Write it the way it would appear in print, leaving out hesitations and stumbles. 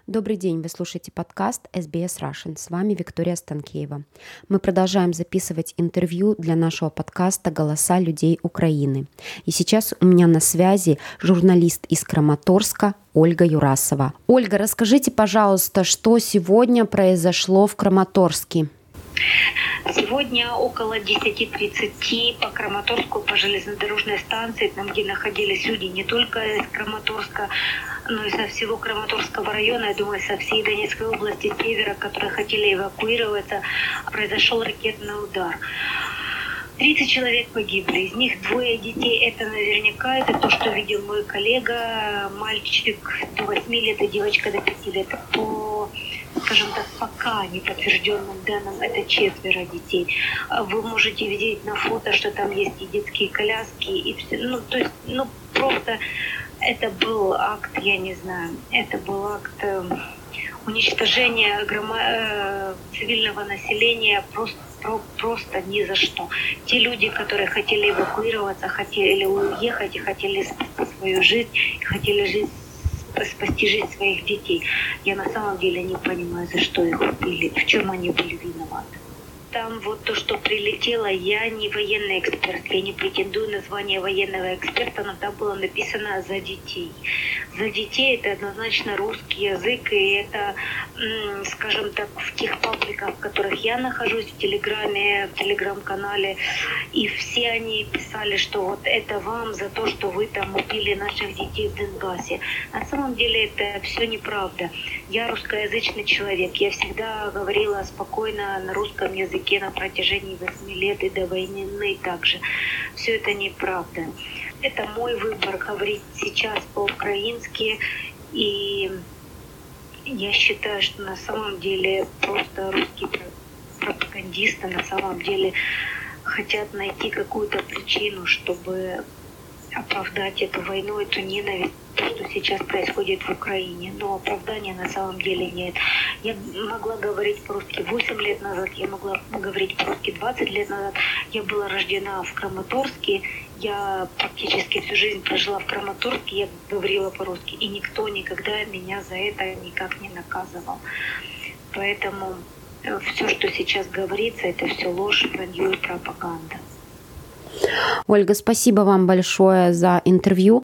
Добрый день, вы слушаете подкаст SBS Russian. С вами Виктория Станкеева. Мы продолжаем записывать интервью для нашего подкаста «Голоса людей Украины». И сейчас у меня на связи журналист из Краматорска Ольга Юрасова. Ольга, расскажите, пожалуйста, что сегодня произошло в Краматорске? Сегодня около 10:30 по Краматорску, по железнодорожной станции, там, где находились люди не только из Краматорска, но и со всего Краматорского района, я думаю, со всей Донецкой области, севера, которые хотели эвакуироваться, произошел ракетный удар. 30 человек погибли, из них 2 детей. Это наверняка, это то, что видел мой коллега, мальчик до 8 лет и девочка до 5 лет. По, скажем так, пока неподтвержденным данным, это 4 детей. Вы можете видеть на фото, что там есть и детские коляски, и все. Просто это был акт, я не знаю, это был акт уничтожения цивильного населения просто ни за что. Те люди, которые хотели эвакуироваться, хотели уехать и хотели спасти свою жизнь, хотели спасти жизнь своих детей, я на самом деле не понимаю, за что их убили, в чем они были виноваты. Там вот то, что прилетело, я не военный эксперт, я не претендую на звание военного эксперта, но там было написано «за детей». «За детей» — это однозначно русский язык, и это, скажем так, в тех пабликах, в которых я нахожусь, в Телеграме, в Телеграм-канале, и все они писали, что вот это вам за то, что вы там убили наших детей в Донбассе. На самом деле это все неправда. Я русскоязычный человек, я всегда говорила спокойно на русском языке на протяжении 8 лет и до войны также. Все это неправда. Это мой выбор говорить сейчас по-украински, и я считаю, что на самом деле просто русские пропагандисты на самом деле хотят найти какую-то причину, чтобы оправдать эту войну, эту ненависть, то, что сейчас происходит в Украине. Но оправдания на самом деле нет. Я могла говорить по-русски 8 лет назад, я могла говорить по-русски 20 лет назад. Я была рождена в Краматорске, я практически всю жизнь прожила в Краматорске, я говорила по-русски, и никто никогда меня за это никак не наказывал. Поэтому все, что сейчас говорится, это все ложь, вранье и пропаганда. Ольга, спасибо вам большое за интервью.